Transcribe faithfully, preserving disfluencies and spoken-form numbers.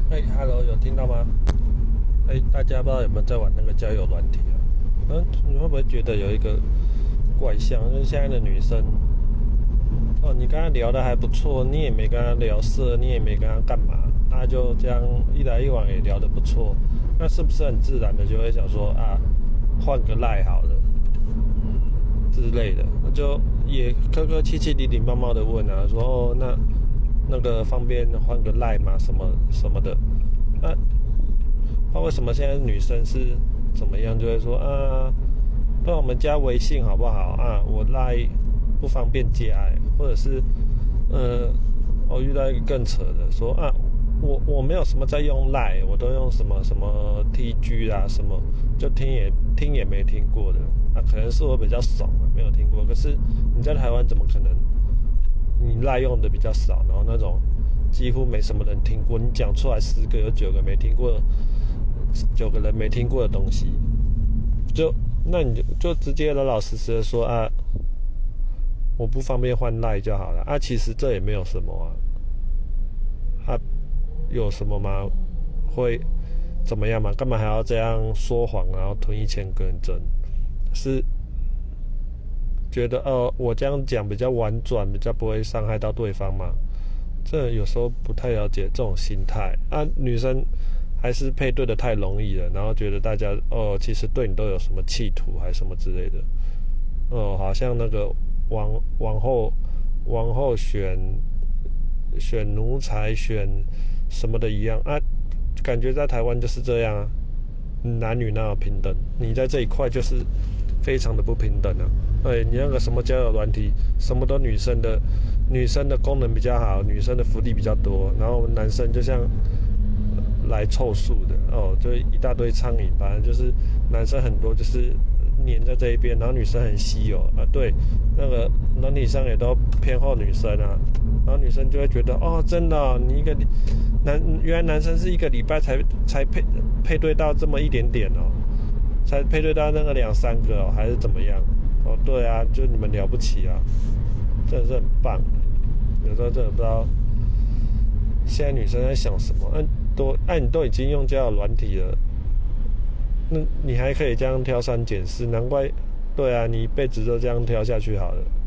嘿，Hello，有听到吗？哎，大家不知道有没有在玩那个交友软体啊？嗯，你会不会觉得有一个怪象，就是现在的女生，哦，你跟她聊的还不错，你也没跟她聊色，你也没跟她干嘛，那就这样一来一往也聊得不错，那是不是很自然的就会想说啊，换个赖好了之类的？那就也客客气气、礼礼貌貌的问啊，说哦，那那个方便换个赖吗？什么什么的？那不知道为什么现在女生是怎么样，就会说啊，不然我们加微信好不好啊？我赖不方便加、欸，或者是呃，我遇到一个更扯的，说啊，我我没有什么在用赖，我都用什么什么 T G 啊，什么就听也听也没听过的，啊，可能是我比较怂啊，没有听过。可是你在台湾怎么可能？你赖用的比较少，然后那种几乎没什么人听过，你讲出来十个有九个没听过，九个人没听过的东西，就那你就就直接老老实实的说啊，我不方便换赖就好了啊，其实这也没有什么啊，啊有什么吗？会怎么样嘛？干嘛还要这样说谎，然后吞一千个人针？是觉得哦，我这样讲比较婉转，比较不会伤害到对方吗？这有时候不太了解这种心态啊。女生还是配对的太容易了，然后觉得大家哦，其实对你都有什么企图还是什么之类的。哦，好像那个王王后王后选选奴才选什么的一样啊，感觉在台湾就是这样啊，男女哪有平等？你在这一块就是非常的不平等啊！哎，你那个什么交友软体，什么都女生的，女生的功能比较好，女生的福利比较多，然后男生就像来凑数的哦，就一大堆苍蝇，反正就是男生很多就是黏在这一边，然后女生很稀有啊。对，那个软体上也都偏好女生啊，然后女生就会觉得哦，真的、哦，你一个男原来男生是一个礼拜才才配配对到这么一点点哦。才配对到那个两三个哦，还是怎么样？哦，对啊，就你们了不起啊，真的是很棒。有时候真的不知道现在女生在想什么。嗯、啊，都，哎、啊，你都已经用交友软体了，那你还可以这样挑三拣四，难怪。对啊，你一辈子都这样挑下去好了。